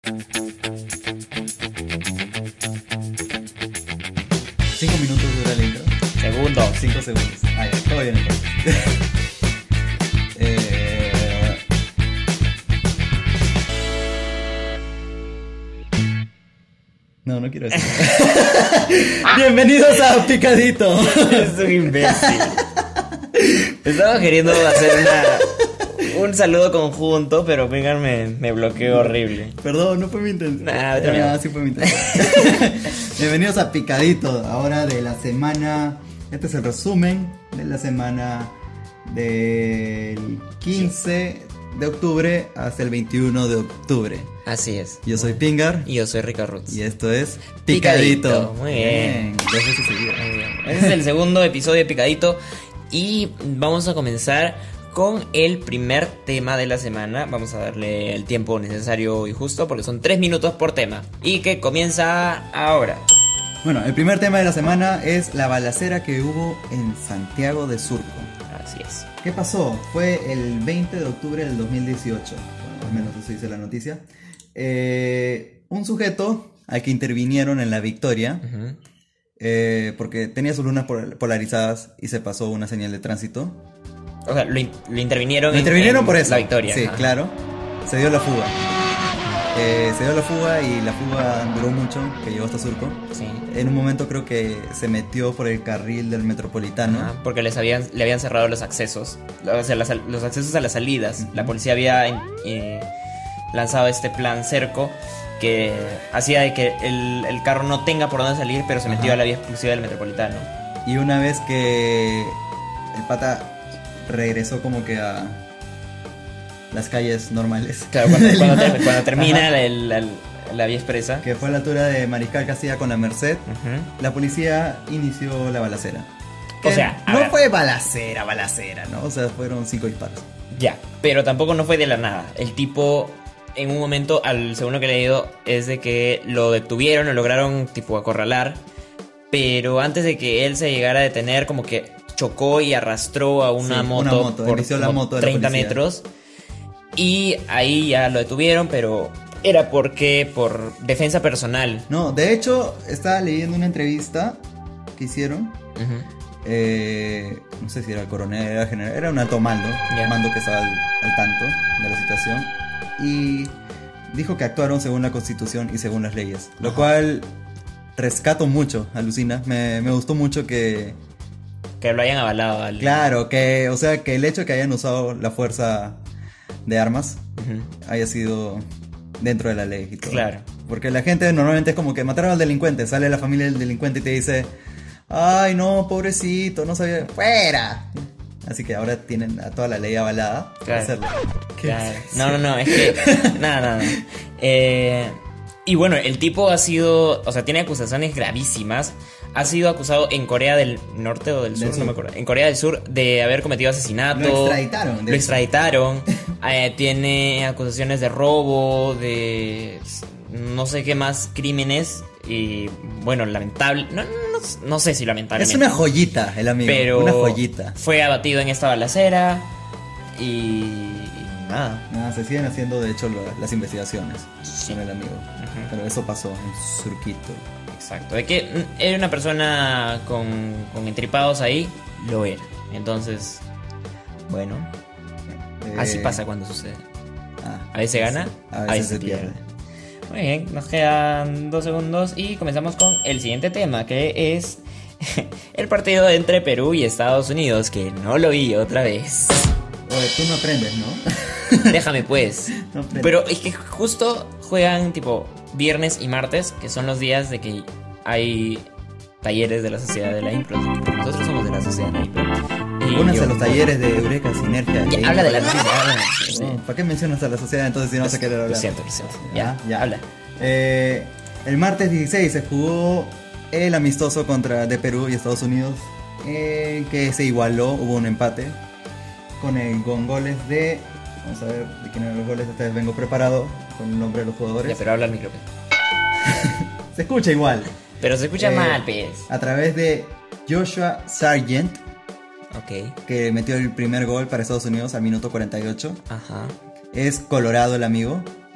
¿5 minutos dura el intro? Segundo. 5 segundos. Ah, ya, todo bien entonces. No quiero decir. Bienvenidos a Picadito. Es un imbécil. Estaba queriendo hacer un saludo conjunto, pero Pingar me bloqueó horrible. Perdón, no fue mi intención. Sí fue mi intención. Bienvenidos a Picadito, ahora de la semana. Este es el resumen de la semana del 15 de octubre hasta el 21 de octubre. Así es. Yo soy Pingar. Y yo soy Ricardo Roots. Y esto es Picadito. Muy bien. 2 veces seguidas. Muy bien. Este es el segundo episodio de Picadito. Y vamos a comenzar con el primer tema de la semana. Vamos a darle el tiempo necesario y justo, porque son 3 minutos por tema. Y que comienza ahora. Bueno, el primer tema de la semana es la balacera que hubo en Santiago de Surco. Así es. ¿Qué pasó? Fue el 20 de octubre del 2018. Bueno, al menos eso dice la noticia. Un sujeto al que intervinieron en La Victoria, porque tenía sus lunas polarizadas y se pasó una señal de tránsito. O sea, lo intervinieron en por eso. La Victoria. Sí, ajá. claro. Se dio la fuga. Y la fuga duró mucho, que llegó hasta Surco. Sí. En un momento creo que se metió por el carril del Metropolitano. Ajá, porque le habían cerrado los accesos. O sea, los accesos a las salidas. La policía había lanzado este plan cerco que hacía de que el carro no tenga por dónde salir, pero se metió a la vía exclusiva del Metropolitano. Y una vez que el pata regresó como que a las calles normales. Claro, cuando termina la vía expresa, que fue a la altura de Mariscal Castilla con la Merced, la policía inició la balacera. O sea, no fue balacera, ¿no? O sea, fueron 5 disparos. Ya, pero tampoco no fue de la nada. El tipo, en un momento, según lo que he leído, es de que lo detuvieron, lo lograron tipo acorralar, pero antes de que él se llegara a detener, como que chocó y arrastró a una moto por la moto de 30 la policía. metros. Y ahí ya lo detuvieron, pero era porque por defensa personal. No, de hecho, estaba leyendo una entrevista que hicieron. No sé si era el coronel, era el general, era un alto mando, mando que estaba al tanto de la situación. Y dijo que actuaron según la Constitución y según las leyes. Lo cual rescato mucho, alucina. Me gustó mucho que lo hayan avalado. Claro, que, o sea, que el hecho de que hayan usado la fuerza de armas haya sido dentro de la ley y todo. Claro. Porque la gente normalmente es como que mataron al delincuente, sale la familia del delincuente y te dice: ay no, pobrecito, no sabía, fuera. Así que ahora tienen a toda la ley avalada para hacerlo. Claro. No, es que no. Y bueno, el tipo ha sido, o sea, tiene acusaciones gravísimas. Ha sido acusado en Corea del Norte o del Sur, no me acuerdo. En Corea del Sur de haber cometido asesinato. Lo extraditaron. Tiene acusaciones de robo, de no sé qué más crímenes. Y bueno, lamentable. No sé si lamentablemente. Es una joyita el amigo. Pero una joyita. Fue abatido en esta balacera. Y nada. Se siguen haciendo de hecho las investigaciones con el amigo. Pero eso pasó en Surquito. Exacto, de que era una persona con entripados ahí, lo era. Entonces, bueno, así pasa cuando sucede. A veces gana, a veces se pierde. Muy bien, nos quedan 2 segundos y comenzamos con el siguiente tema, que es el partido entre Perú y Estados Unidos, que no lo vi otra vez. Oye, tú no aprendes, ¿no? Déjame pues. No aprendes. Pero es que justo juegan tipo viernes y martes, que son los días de que hay talleres de la Sociedad de la Impro. Nosotros somos de la Sociedad de la Impro. Únanse a los talleres de Eureka, Sinergia. Habla de la noticia. ¿Para qué mencionas a la sociedad entonces si no se quiere hablar? Lo siento. Ya, habla. El martes 16 se jugó el amistoso de Perú y Estados Unidos, que se igualó, hubo un empate con goles de... Vamos a ver de quién eran los goles. Esta vez vengo preparado con el nombre de los jugadores. Ya, pero habla al micrófono. Se escucha igual. Pero se escucha mal, pues. A través de Joshua Sargent. Ok. Que metió el primer gol para Estados Unidos al minuto 48. Ajá. Es colorado el amigo.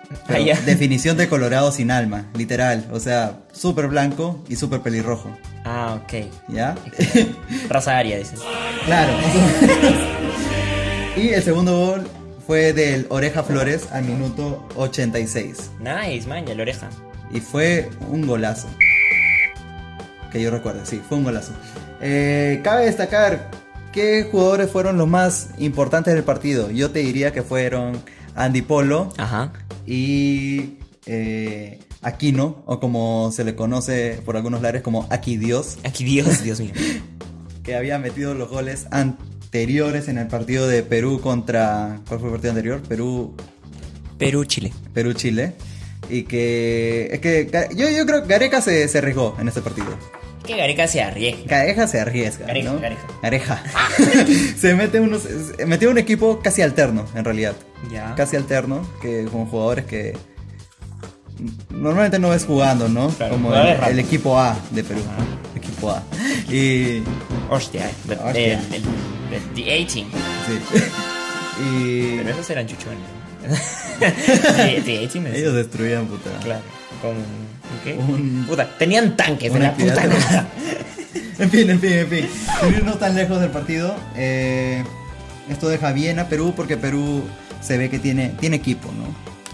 Pero ya. definición de colorado sin alma, literal. O sea, súper blanco y súper pelirrojo. Ah, ok. ¿Ya? Raza aria, dices. Claro, más o menos. Y el segundo gol fue del Oreja Flores al minuto 86. Nice, man, ya la oreja. Y fue un golazo. Que yo recuerdo, sí, fue un golazo. Cabe destacar qué jugadores fueron los más importantes del partido. Yo te diría que fueron Andy Polo. Ajá. Y Aquino, o como se le conoce por algunos lares como Aquí Dios. Aquí Dios, Dios mío. Que había metido los goles anteriores en el partido de Perú contra... ¿Cuál fue el partido anterior? Perú-Chile. Perú-Chile. Y que... Es que yo creo que Gareca se arriesgó en este partido. Que Gareca se arriesga. Gareca se arriesga, Gareja, ¿no? Gareja. Metió un equipo casi alterno, en realidad. Ya. Casi alterno, que con jugadores que normalmente no ves jugando, ¿no? Claro, como el equipo A de Perú. Ajá. Equipo A. Y... Hostia, Hostia. The A-Team. Sí. Y... Pero esos eran chuchones. The A-Team es... ellos destruían, puta. Claro. Con... ¿Qué? Un- Puta, tenían tanques de una la puta actividad nada. En fin. Sin irnos tan lejos del partido, esto deja bien a Perú porque Perú se ve que tiene equipo, ¿no?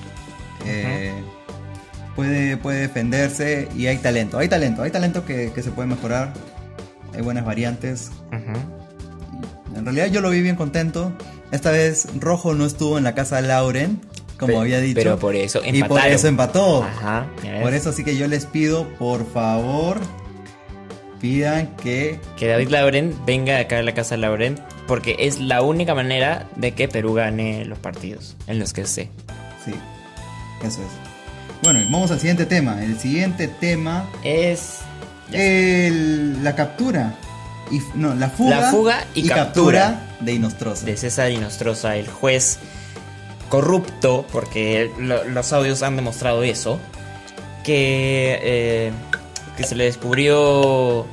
Puede defenderse y hay talento. Hay talento que se puede mejorar. Hay buenas variantes. En realidad yo lo vi bien contento. Esta vez Rojo no estuvo en la casa de Lauren, como había dicho. Pero por eso y por empataron. eso empató. Ajá. ya ves. Por eso sí que yo les pido, por favor, pidan que... Que David Lauren venga acá a la casa de Lauren, porque es la única manera de que Perú gane los partidos en los que esté. Sí, eso es. Bueno, vamos al siguiente tema. El siguiente tema Es la captura. La fuga y captura de Inostroza. de César Inostroza, el juez corrupto, porque los audios han demostrado eso, que se le descubrió...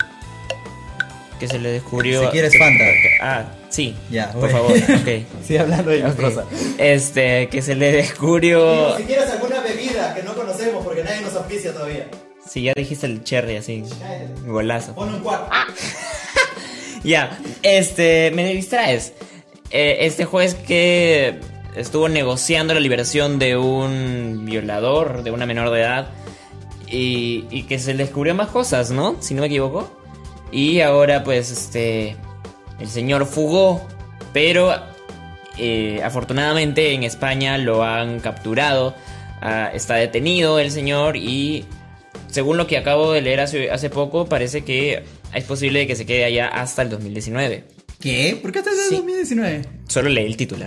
Si quieres Fanta. Ah, sí, Ya, por bueno. favor, ok. Sigue hablando de Inostroza. Ok. Que se le descubrió... Si quieres alguna bebida que no conocemos porque nadie nos auspicia todavía. Si ya dijiste el cherry así, golazo. Pon un cuarto. Ya, me distraes. Este juez que estuvo negociando la liberación de un violador, de una menor de edad, y que se le descubrió más cosas, ¿no? Si no me equivoco. Y ahora pues el señor fugó, pero afortunadamente en España lo han capturado. Está detenido el señor y según lo que acabo de leer hace poco, parece que es posible que se quede allá hasta el 2019. ¿Qué? ¿Por qué hasta el Sí. 2019? Solo leí el titular.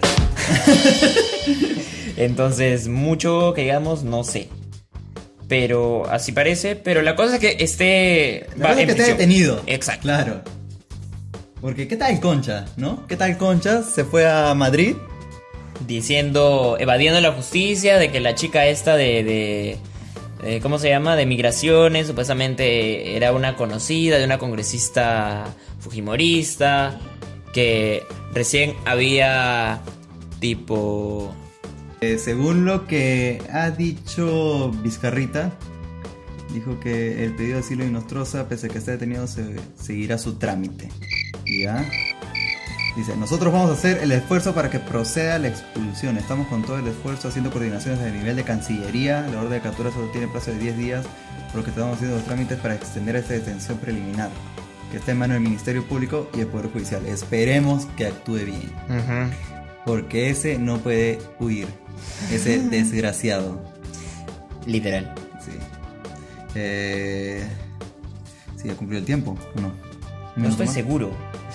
Entonces, mucho que digamos, no sé. Pero así parece. Pero la cosa es que esté... La verdad es que esté prisión. detenido. Exacto. Claro. Porque ¿qué tal Concha? ¿No? ¿Qué tal Concha? Se fue a Madrid. Evadiendo la justicia de que la chica esta de ¿cómo se llama? De migraciones, supuestamente era una conocida de una congresista fujimorista que recién había tipo... Según lo que ha dicho Vizcarrita, dijo que el pedido de asilo de Inostroza, pese a que esté detenido, seguirá su trámite. ¿Ya? Dice, nosotros vamos a hacer el esfuerzo para que proceda la expulsión. Estamos con todo el esfuerzo haciendo coordinaciones a nivel de Cancillería. La orden de captura solo tiene plazo de 10 días, por lo que estamos haciendo los trámites para extender esta detención preliminar, que está en manos del Ministerio Público y el Poder Judicial. Esperemos que actúe bien, porque ese no puede huir, ese desgraciado. Literal. Sí. ¿Sí ha cumplido el tiempo o no? No estoy seguro.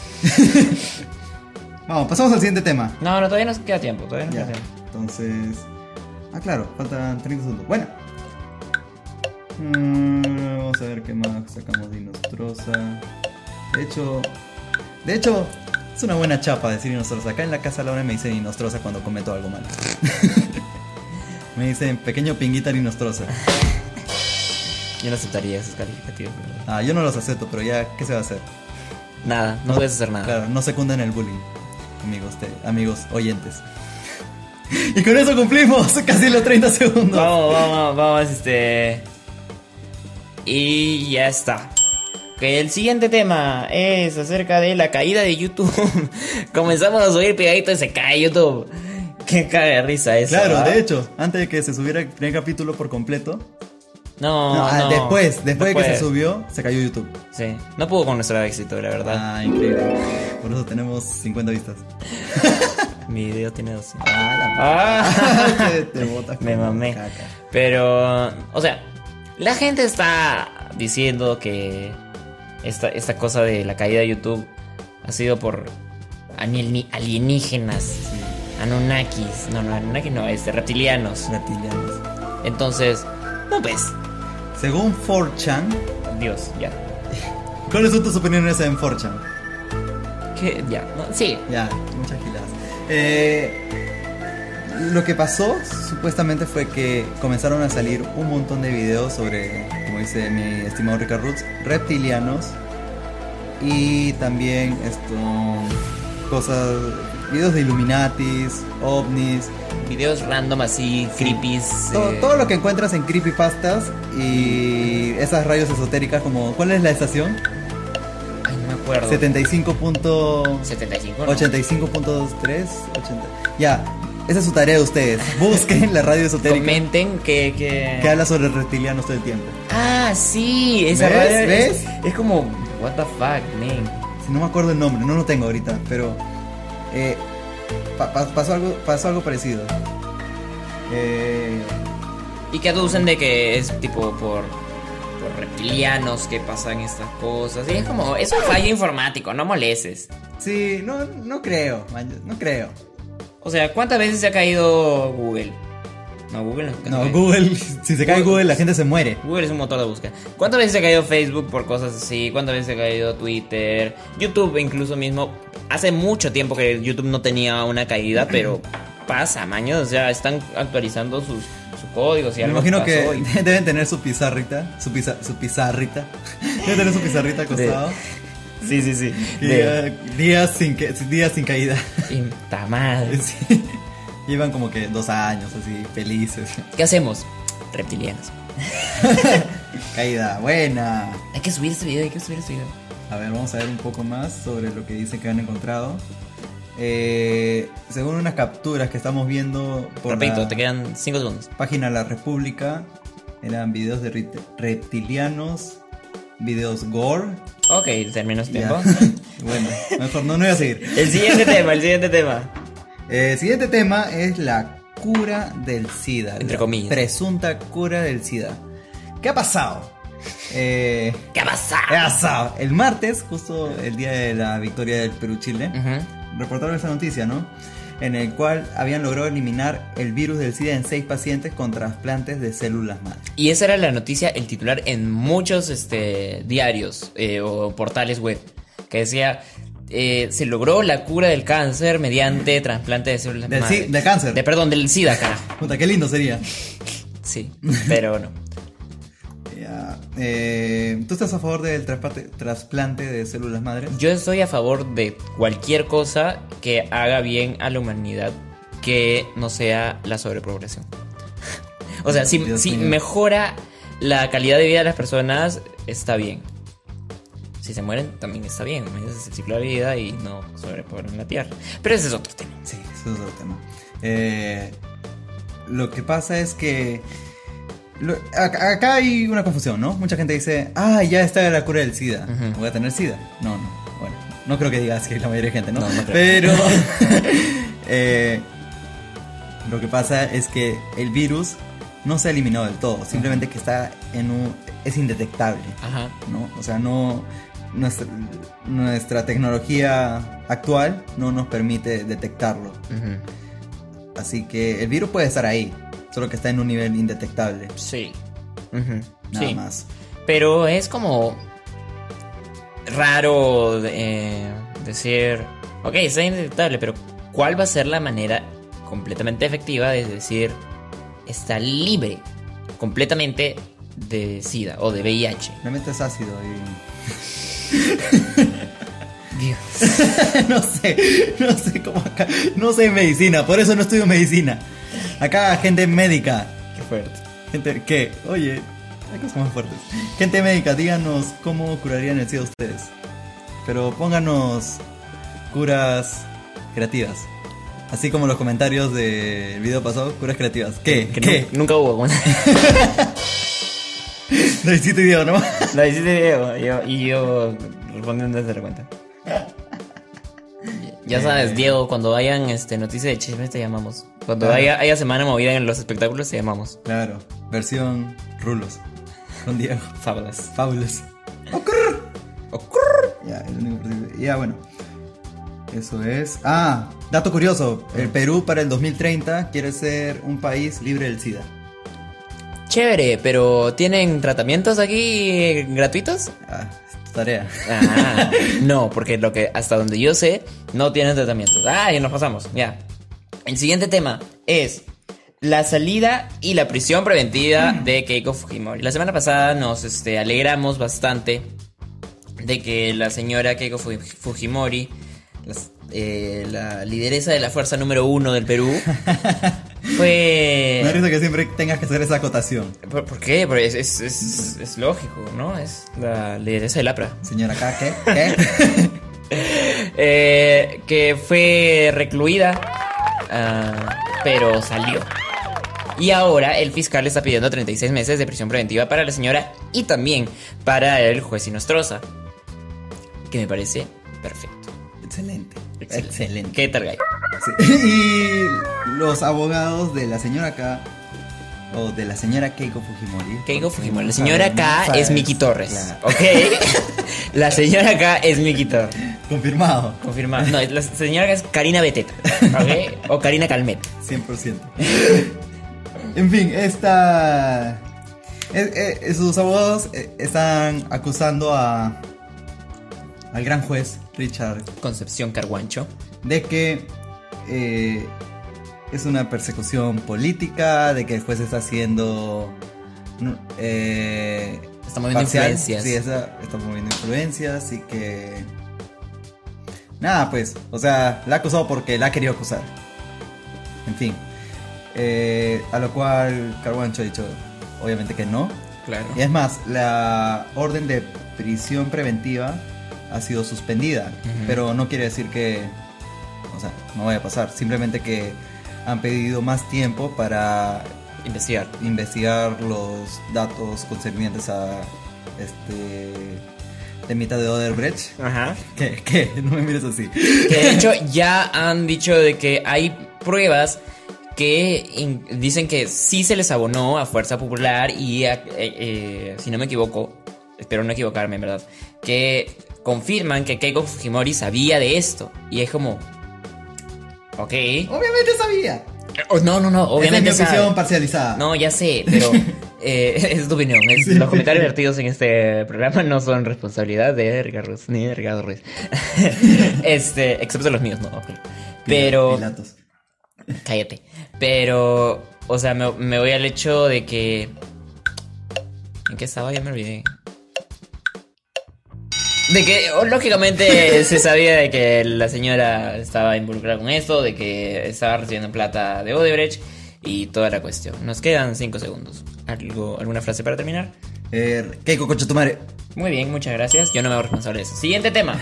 Vamos, pasamos al siguiente tema. No, todavía nos queda tiempo. Todavía nos Ya, queda tiempo. entonces... claro, faltan 30 segundos. Bueno. Vamos a ver qué más sacamos de Inostroza. De hecho, es una buena chapa decir Inostroza. Acá en la casa Laura me dicen Inostroza cuando cometo algo mal. Me dicen pequeño pinguita Inostroza. Yo no aceptaría esos calificativos. ¿Verdad? Yo no los acepto, pero ya, ¿qué se va a hacer? Nada, no puedes hacer nada. Claro, no secundan el bullying, amigos oyentes. Y con eso cumplimos casi los 30 segundos. Vamos, y ya está. Que el siguiente tema es acerca de la caída de YouTube. Comenzamos a subir pegadito y se cae YouTube. Qué caga de risa eso. Claro, de hecho, antes de que se subiera el primer capítulo por completo. No. Después de que se subió, se cayó YouTube. Sí, no pudo con nuestro éxito, la verdad. Ah, increíble. Por eso tenemos 50 vistas. Mi video tiene 200. Te botas. Me mamé. Pero, o sea, la gente está diciendo que esta cosa de la caída de YouTube ha sido por alienígenas. Sí. Anunnakis. No, Anunnakis no, reptilianos. Entonces, no pues. Según 4chan. Dios, ya. ¿Cuáles son tus opiniones en 4chan? ¿Qué? Ya, no, sí. Ya, muchas giladas. Lo que pasó supuestamente fue que comenzaron a salir un montón de videos sobre, como dice mi estimado Ricardo Roots, reptilianos. Y también videos de Illuminatis, ovnis, videos random así, creepies. Todo lo que encuentras en creepypastas y esas radios esotéricas como... ¿Cuál es la estación? Ay, no me acuerdo. 75. 75, ¿no? 85.23 80. Ya, esa es su tarea de ustedes. Busquen la radio esotérica. Comenten que habla sobre reptilianos todo el tiempo. Ah, sí, esa radio. ¿Ves? Es como... What the fuck, man. Si no me acuerdo el nombre, no lo tengo ahorita, pero... pasó algo parecido. Y que aducen de que es tipo por reptilianos que pasan estas cosas. Y es como, es un fallo informático, no molestes. Sí, no creo, no creo. O sea, ¿cuántas veces se ha caído Google? No, Google no. No, Google, si se cae Google, la gente se muere. Google es un motor de búsqueda. ¿Cuántas veces se ha caído Facebook por cosas así? ¿Cuántas veces se ha caído Twitter? YouTube incluso mismo. Hace mucho tiempo que YouTube no tenía una caída, pero pasa, maños. O sea, están actualizando sus códigos y algo. Me imagino que deben tener su pizarrita. Su pizarrita. Deben tener su pizarrita al costado. Sí. Días sin caída. Puta madre. Sí. Llevan como que 2 años así, felices. ¿Qué hacemos? Reptilianos. Caída buena. Hay que subir este video. A ver, vamos a ver un poco más sobre lo que dicen que han encontrado. Según unas capturas que estamos viendo por Repito, te quedan 5 segundos. Página La República, eran videos de reptilianos, videos gore. Ok, terminó su tiempo. Bueno, mejor no voy a seguir. El siguiente tema. El siguiente tema es la cura del SIDA. Entre comillas. Presunta cura del SIDA. ¿Qué ha pasado? ¿Qué ha pasado? El martes, justo el día de la victoria del Perú-Chile, reportaron esa noticia, ¿no? En el cual habían logrado eliminar el virus del SIDA en 6 pacientes con trasplantes de células madre. Y esa era la noticia, el titular en muchos diarios o portales web, que decía... se logró la cura del cáncer mediante trasplante de células madre. ¿De cáncer? Del SIDA, carajo. Puta, qué lindo sería. Sí, pero no. ¿Tú estás a favor del trasplante de células madre? Yo estoy a favor de cualquier cosa que haga bien a la humanidad, que no sea la sobrepoblación. O sea, si mejora la calidad de vida de las personas, está bien. Si se mueren, también está bien. Es el ciclo de la vida y no sobrepoblan la tierra. Pero ese es otro tema. Sí, ese es otro tema. Lo que pasa es que acá hay una confusión, ¿no? Mucha gente dice, ya está la cura del SIDA. ¿Voy a tener SIDA? No. Bueno, no creo que digas que la mayoría de gente, ¿no? No creo. Pero lo que pasa es que el virus no se ha eliminado del todo. Simplemente que está es indetectable. ¿No? O sea, nuestra tecnología actual no nos permite detectarlo. Así que el virus puede estar ahí, solo que está en un nivel indetectable. Sí. Nada más. Pero es como raro decir, ok, está indetectable, pero ¿cuál va a ser la manera completamente efectiva de decir está libre completamente de SIDA o de VIH? Le metes ácido y... Dios. No sé cómo acá. No sé medicina, por eso no estudio medicina. Acá gente médica. Qué fuerte. Gente, ¿qué? Oye, hay cosas más fuertes. Gente médica, díganos cómo curarían el SIDA ustedes. Pero pónganos curas creativas. Así como los comentarios del video pasado, curas creativas. ¿Qué? Nunca hubo. Lo hiciste Diego, ¿no? Lo hiciste Diego. Y yo respondiendo desde la cuenta. Ya sabes, Diego, cuando hayan noticias de chismes te llamamos. Cuando haya semana movida en los espectáculos te llamamos. Claro, versión rulos. Con Diego. Fabulous. Ocurr. Ya, el único posible. Ya, bueno. Eso es. Dato curioso. El Perú para el 2030 quiere ser un país libre del SIDA. Chévere, pero ¿tienen tratamientos aquí gratuitos? Es tu tarea. No, porque hasta donde yo sé, no tienen tratamientos. Y nos pasamos, ya. El siguiente tema es la salida y la prisión preventiva de Keiko Fujimori. La semana pasada nos alegramos bastante de que la señora Keiko Fujimori, la lideresa de la fuerza número 1 del Perú, fue... Me risa que siempre tengas que hacer esa acotación. ¿Por qué? Porque es lógico, ¿no? Es la lideresa del APRA. Señora acá, ¿qué? Que fue recluida, pero salió. Y ahora el fiscal está pidiendo 36 meses de prisión preventiva para la señora y también para el juez Inostroza, que me parece perfecto. Excelente. ¿Qué tal, Gay? Sí. Y los abogados de la señora K, o de la señora Keiko Fujimori. La señora K es Miki Torres. Claro. ¿Ok? La señora K es Miki Torres. Confirmado. No, la señora K es Karina Beteta. ¿Ok? O Karina Calmet. 100%. En fin, sus abogados están acusando al gran juez Richard Concepción Carguancho de que es una persecución política, de que el juez está haciendo está moviendo influencias. Sí, está moviendo influencias y que nada, pues, o sea, la ha acusado porque la ha querido acusar. En fin, a lo cual Carguancho ha dicho obviamente que no. Claro. Y es más, la orden de prisión preventiva ha sido suspendida, pero no quiere decir que, o sea, no vaya a pasar, simplemente que han pedido más tiempo para investigar los datos concernientes a temita de Odebrecht. Ajá. ¿Qué? No me mires así. Que de hecho ya han dicho de que hay pruebas que dicen que sí se les abonó a Fuerza Popular y si no me equivoco, espero no equivocarme en verdad, que confirman que Keiko Fujimori sabía de esto. Y es como, ok, obviamente sabía. No, obviamente es mi opinión parcializada. No, ya sé, pero es tu opinión. Sí. Los comentarios vertidos en este programa no son responsabilidad de Ricardo ni de Ricardo Ruiz. Excepto los míos, no. Pero Pilatos. Cállate. Pero, o sea, me voy al hecho de que... ¿En qué estaba? Ya me olvidé. De que, lógicamente, se sabía de que la señora estaba involucrada con esto, de que estaba recibiendo plata de Odebrecht y toda la cuestión. Nos quedan 5 segundos. ¿Alguna frase para terminar? Keiko, concha tu madre. Muy bien, muchas gracias. Yo no me hago responsable de eso. Siguiente tema.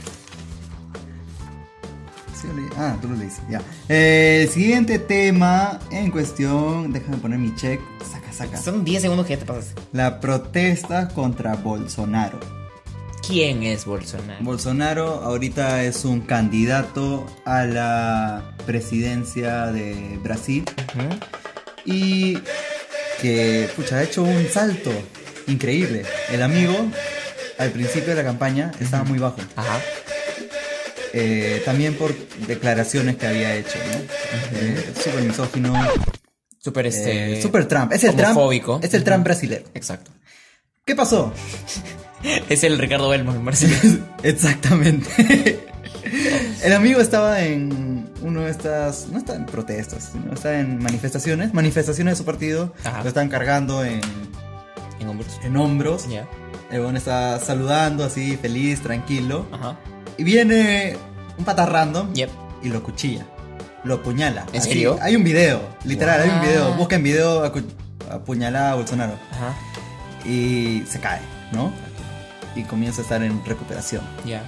Sí, tú lo leíste, ya. Siguiente tema en cuestión. Déjame poner mi check. Saca. Son 10 segundos que ya te pasaste. La protesta contra Bolsonaro. ¿Quién es Bolsonaro? Bolsonaro ahorita es un candidato a la presidencia de Brasil. Y que, ha hecho un salto increíble. El amigo, al principio de la campaña, estaba muy bajo. Ajá. También por declaraciones que había hecho, ¿no? Súper misógino. Súper Trump. Es el homofóbico. Trump. Es el Trump brasileño. Exacto. ¿Qué pasó? Es el Ricardo Belmont en Barcelona. Exactamente. El amigo estaba en uno de estas... No está en protestas, sino está en manifestaciones. Manifestaciones de su partido. Ajá. Lo están cargando en hombros. En hombros. Ya. El bueno está saludando así, feliz, tranquilo. Ajá. Y viene un pata random Yep. y lo cuchilla. Lo apuñala. ¿En serio? Hay un video, literal, hay un video. What? Busca en video apuñalada a Bolsonaro. Ajá. Y se cae, ¿no? Y comienza a estar en recuperación. Ya.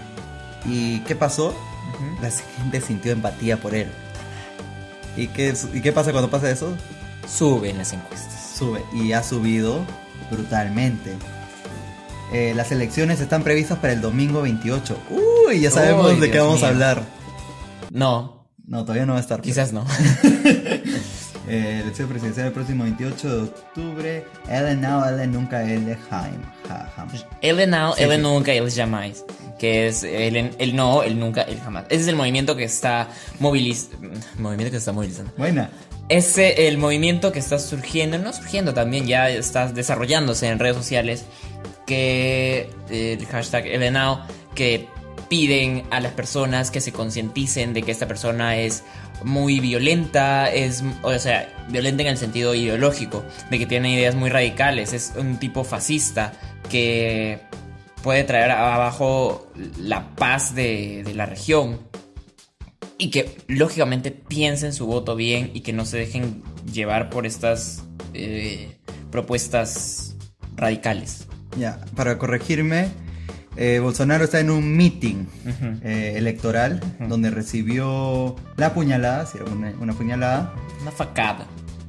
¿Y qué pasó? La gente sintió empatía por él. ¿Y qué pasa cuando pasa eso? Suben las encuestas. Sube. Y ha subido brutalmente. Las elecciones están previstas para el domingo 28. Uy, ya sabemos de qué Dios vamos a mío. hablar. No, No, todavía no va a estar. quizás no. Elección presidencial el próximo 28 de octubre. Ellen now, Ellen nunca, Ellen Ellen now, Sí, Ellen sí. nunca, Ellen jamás. Que es el no, el nunca, el jamás. Ese es el movimiento que está movilizando. Buena. Es el movimiento que está surgiendo, no surgiendo también, ya está desarrollándose en redes sociales. Que el hashtag Ellen now, que piden a las personas que se concienticen de que esta persona es muy violenta, violenta en el sentido ideológico, de que tiene ideas muy radicales, es un tipo fascista que puede traer abajo la paz de la región y que lógicamente piensen su voto bien y que no se dejen llevar por estas propuestas radicales. Ya, para corregirme, Bolsonaro está en un meeting electoral donde recibió la puñalada, si era una puñalada, Una facada.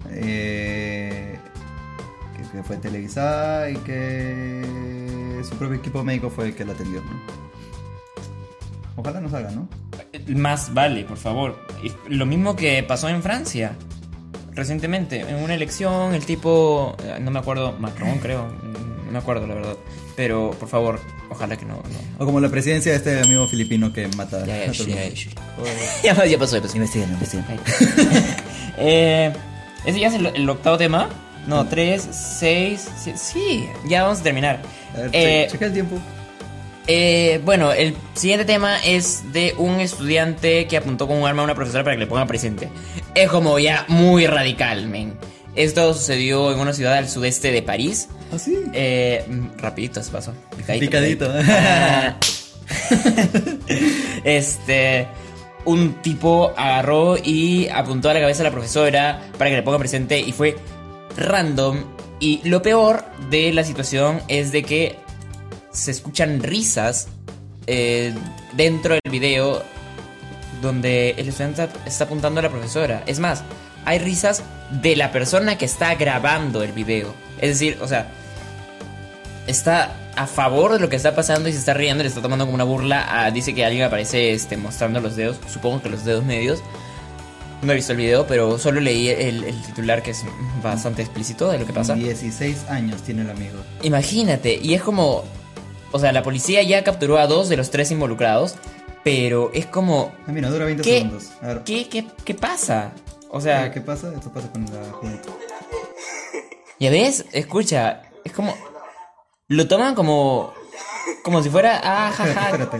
que fue televisada y que su propio equipo médico fue el que la atendió, ¿no? Ojalá no salga, ¿no? Más vale, por favor. Y lo mismo que pasó en Francia recientemente, en una elección, el tipo, no me acuerdo, Macron creo, no me acuerdo la verdad, pero por favor, ojalá que no. O como la presidencia de este amigo filipino que mata a todo el mundo. Ya pasó. Investiguen. Ese ya es el octavo tema. No, 3, 6, sí, ya vamos a terminar. A ver, checa el tiempo. Bueno, el siguiente tema es de un estudiante que apuntó con un arma a una profesora para que le ponga presente. Es como ya muy radical, men. Esto sucedió en una ciudad al sudeste de París. ¿Ah, sí? Rapidito se pasó. Picadito. Un tipo agarró y apuntó a la cabeza a la profesora para que le ponga presente y fue random. Y lo peor de la situación es de que se escuchan risas dentro del video donde el estudiante está apuntando a la profesora. Es más, hay risas de la persona que está grabando el video. Es decir, o sea, está a favor de lo que está pasando y se está riendo, le está tomando como una burla. Dice que alguien aparece mostrando los dedos, supongo que los dedos medios. No he visto el video, pero solo leí el titular, que es bastante explícito de lo que pasa. 16 años tiene el amigo. Imagínate, y es como... O sea, la policía ya capturó a 2 de los 3 involucrados, pero es como... Mira, dura 20 ¿Qué? segundos. A ver. ¿Qué pasa? O sea... ¿Qué pasa? Esto pasa con la juventud. ¿Ya ves? Escucha, es como... Lo toman como si fuera... Ah, jaja. Espérate.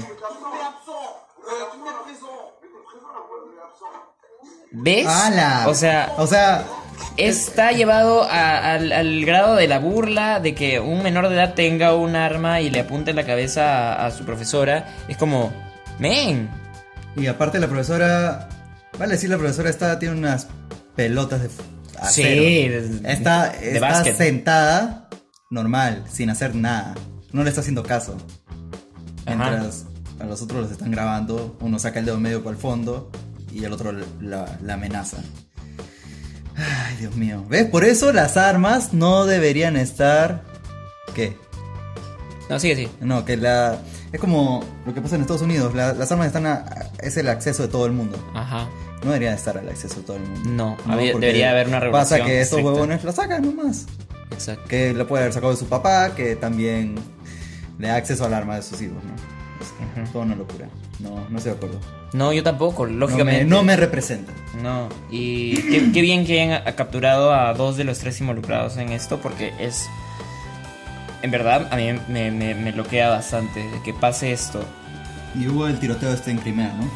¿Ves? ¡Hala! O sea... Está llevado al grado de la burla, de que un menor de edad tenga un arma y le apunte en la cabeza a su profesora. Es como... Men. Y aparte la profesora... Vale decir, la profesora tiene unas pelotas de acero. Sí, Está básquet. sentada normal, sin hacer nada. No le está haciendo caso. Mientras a los otros los están grabando, uno saca el dedo medio para el fondo y el otro la amenaza. Ay, Dios mío. ¿Ves? Por eso las armas no deberían estar... ¿Qué? No, sigue. No, que es como lo que pasa en Estados Unidos. Las armas es el acceso de todo el mundo. Ajá. No debería estar al acceso de todo el mundo. No, porque debería haber una regulación pasa que estos estricta. huevones la sacan nomás. Exacto. Que lo puede haber sacado de su papá, que también le da acceso al arma de sus hijos, ¿no? Es toda una locura. No estoy de acuerdo. No, yo tampoco, lógicamente. No me representa. No, y qué bien que hayan capturado a 2 de los 3 involucrados en esto, porque es... En verdad, a mí me bloquea bastante de que pase esto. Y hubo el tiroteo en Crimea, ¿no?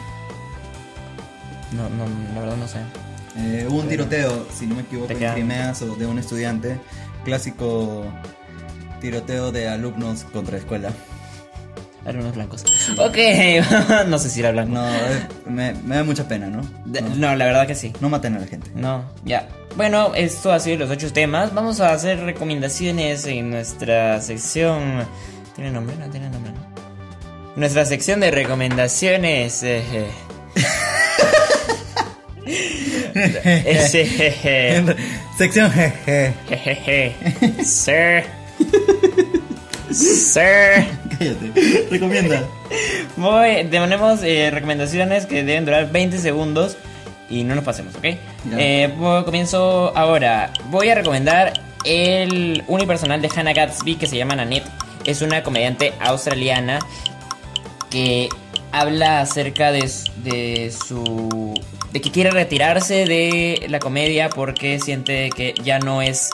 No, la verdad no sé. Hubo un tiroteo, si no me equivoco, en Crimea de un estudiante. Clásico tiroteo de alumnos contra escuela. Alumnos blancos. Ok, no sé si ir hablando. No, me da mucha pena, ¿no? No, la verdad que sí. No maten a la gente. No, ya. Bueno, esto ha sido los 8 temas. Vamos a hacer recomendaciones en nuestra sección. ¿Tiene nombre? No tiene nombre, ¿no? Nuestra sección de recomendaciones. Sección jeje. Sir. Sir. Cállate. Recomienda. Tenemos recomendaciones que deben durar 20 segundos y no nos pasemos, ¿ok? Comienzo ahora. Voy a recomendar el unipersonal de Hannah Gadsby que se llama Nanette. Es una comediante australiana que habla acerca de que quiere retirarse de la comedia porque siente que ya no es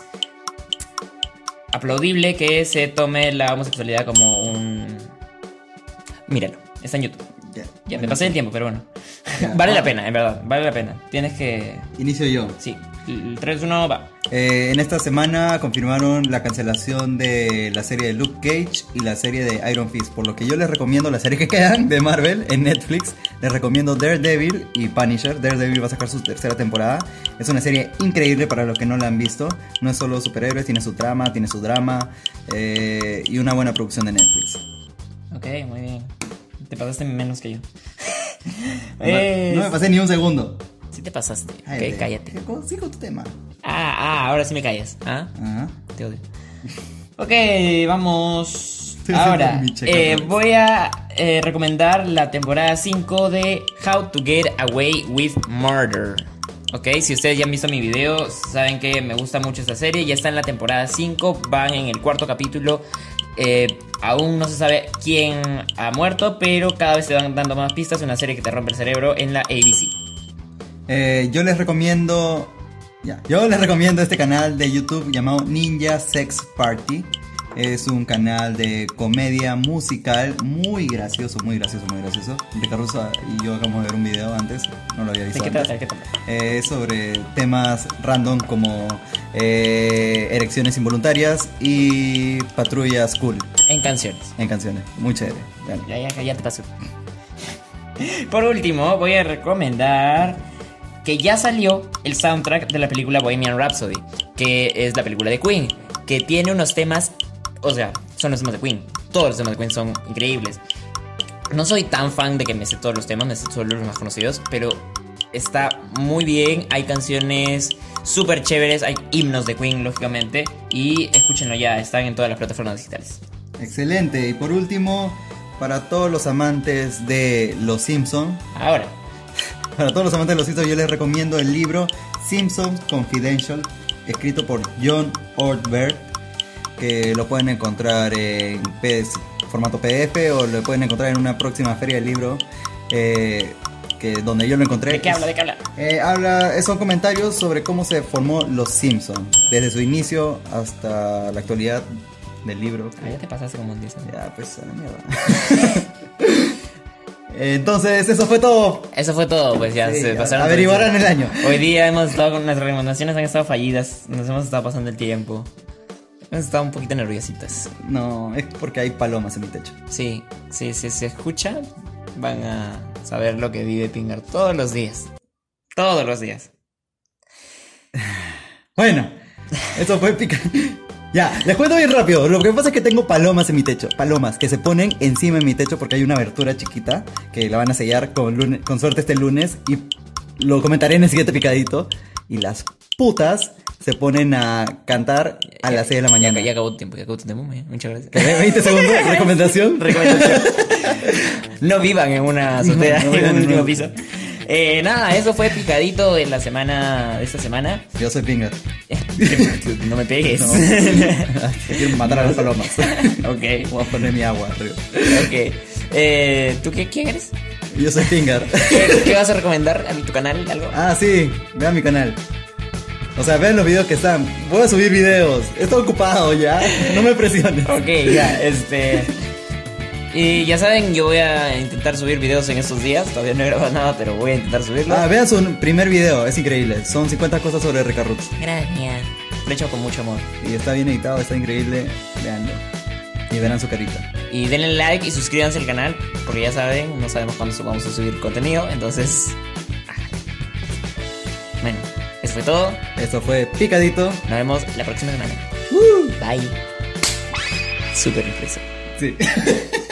aplaudible que se tome la homosexualidad como un... Míralo, está en YouTube. Ya, me pasé el tiempo, pero bueno. Vale la pena, en verdad, vale la pena. Tienes que... Inicio yo. Sí, el 3-1 va. En esta semana confirmaron la cancelación de la serie de Luke Cage y la serie de Iron Fist, por lo que yo les recomiendo la serie que quedan de Marvel en Netflix. Les recomiendo Daredevil y Punisher. Daredevil va a sacar su tercera temporada. Es una serie increíble para los que no la han visto. No es solo superhéroes, tiene su trama, tiene su drama y una buena producción de Netflix. Ok, muy bien. Te pasaste menos que yo. No me pasé ni un segundo. Sí te pasaste. Cállate. Ok, cállate. Sigo tu tema. Ahora sí me callas. Ajá. Te odio. Ok, vamos. Ahora, voy a recomendar la temporada 5 de How to Get Away with Murder. Ok, si ustedes ya han visto mi video, saben que me gusta mucho esta serie. Ya está en la temporada 5, van en el 4º capítulo. Aún no se sabe quién ha muerto, pero cada vez te van dando más pistas. Una serie que te rompe el cerebro en la ABC. Yo les recomiendo este canal de YouTube llamado Ninja Sex Party. Es un canal de comedia musical muy gracioso. Ricardo Russo y yo acabamos de ver un video antes, no lo había visto. ¿De qué trata? Es sobre temas random como erecciones involuntarias y patrullas cool. En canciones, muy chévere. Bueno. Ya te pasó. Por último, voy a recomendar que ya salió el soundtrack de la película Bohemian Rhapsody, que es la película de Queen, que tiene unos temas, o sea, son los temas de Queen. Todos los temas de Queen son increíbles. No soy tan fan de que me sé todos los temas, me sé solo los más conocidos, pero está muy bien. Hay canciones súper chéveres, hay himnos de Queen, lógicamente, y escúchenlo ya, están en todas las plataformas digitales. Excelente. Y por último, para todos los amantes de Los Simpson, yo les recomiendo el libro Simpsons Confidential, escrito por John Ortberg, que lo pueden encontrar en formato PDF o lo pueden encontrar en una próxima feria del libro, donde yo lo encontré. ¿De qué habla? Son comentarios sobre cómo se formó Los Simpsons, desde su inicio hasta la actualidad del libro. Ya te pasaste como 10 años. Ya, pues a la mierda. Entonces, eso fue todo, pues ya sí, se pasaron. Averiguarán el año. Hoy día hemos estado con nuestras recomendaciones, han estado fallidas. Nos hemos estado pasando el tiempo. Hemos estado un poquito nerviositas. No, es porque hay palomas en mi techo. Sí, si se escucha, van a saber lo que vive Pingar todos los días. Bueno, eso fue Ya, les cuento bien rápido. Lo que pasa es que tengo palomas en mi techo. Palomas que se ponen encima de mi techo porque hay una abertura chiquita que la van a sellar con suerte este lunes. Y lo comentaré en el siguiente picadito. Y las putas se ponen a cantar a las 6 de la mañana. Ya acabó tu tiempo. Muchas gracias. 20 segundos, recomendación. No vivan en una azotea, en un último piso. Nada, eso fue picadito de esta semana. Yo soy Pingar. No me pegues. No. Quiero matar a las palomas. Ok. Voy a poner mi agua arriba. Ok. ¿Tú quién eres? Yo soy Pingar. ¿Qué vas a recomendar a tu canal? ¿Algo? Sí, vean mi canal. O sea, vean los videos que están. Voy a subir videos. Estoy ocupado ya. No me presiones. Ok, ya, Y ya saben, yo voy a intentar subir videos en estos días. Todavía no he grabado nada, pero voy a intentar subirlo. Vean su primer video, es increíble. Son 50 cosas sobre Ricardo. Gracias. Lo he hecho con mucho amor. Y está bien editado, está increíble. Veanlo. Y verán su carita. Y denle like y suscríbanse al canal, porque ya saben, no sabemos cuándo vamos a subir contenido, entonces... Bueno, eso fue todo. Esto fue Picadito. Nos vemos la próxima semana. Bye. Súper impreso. Sí.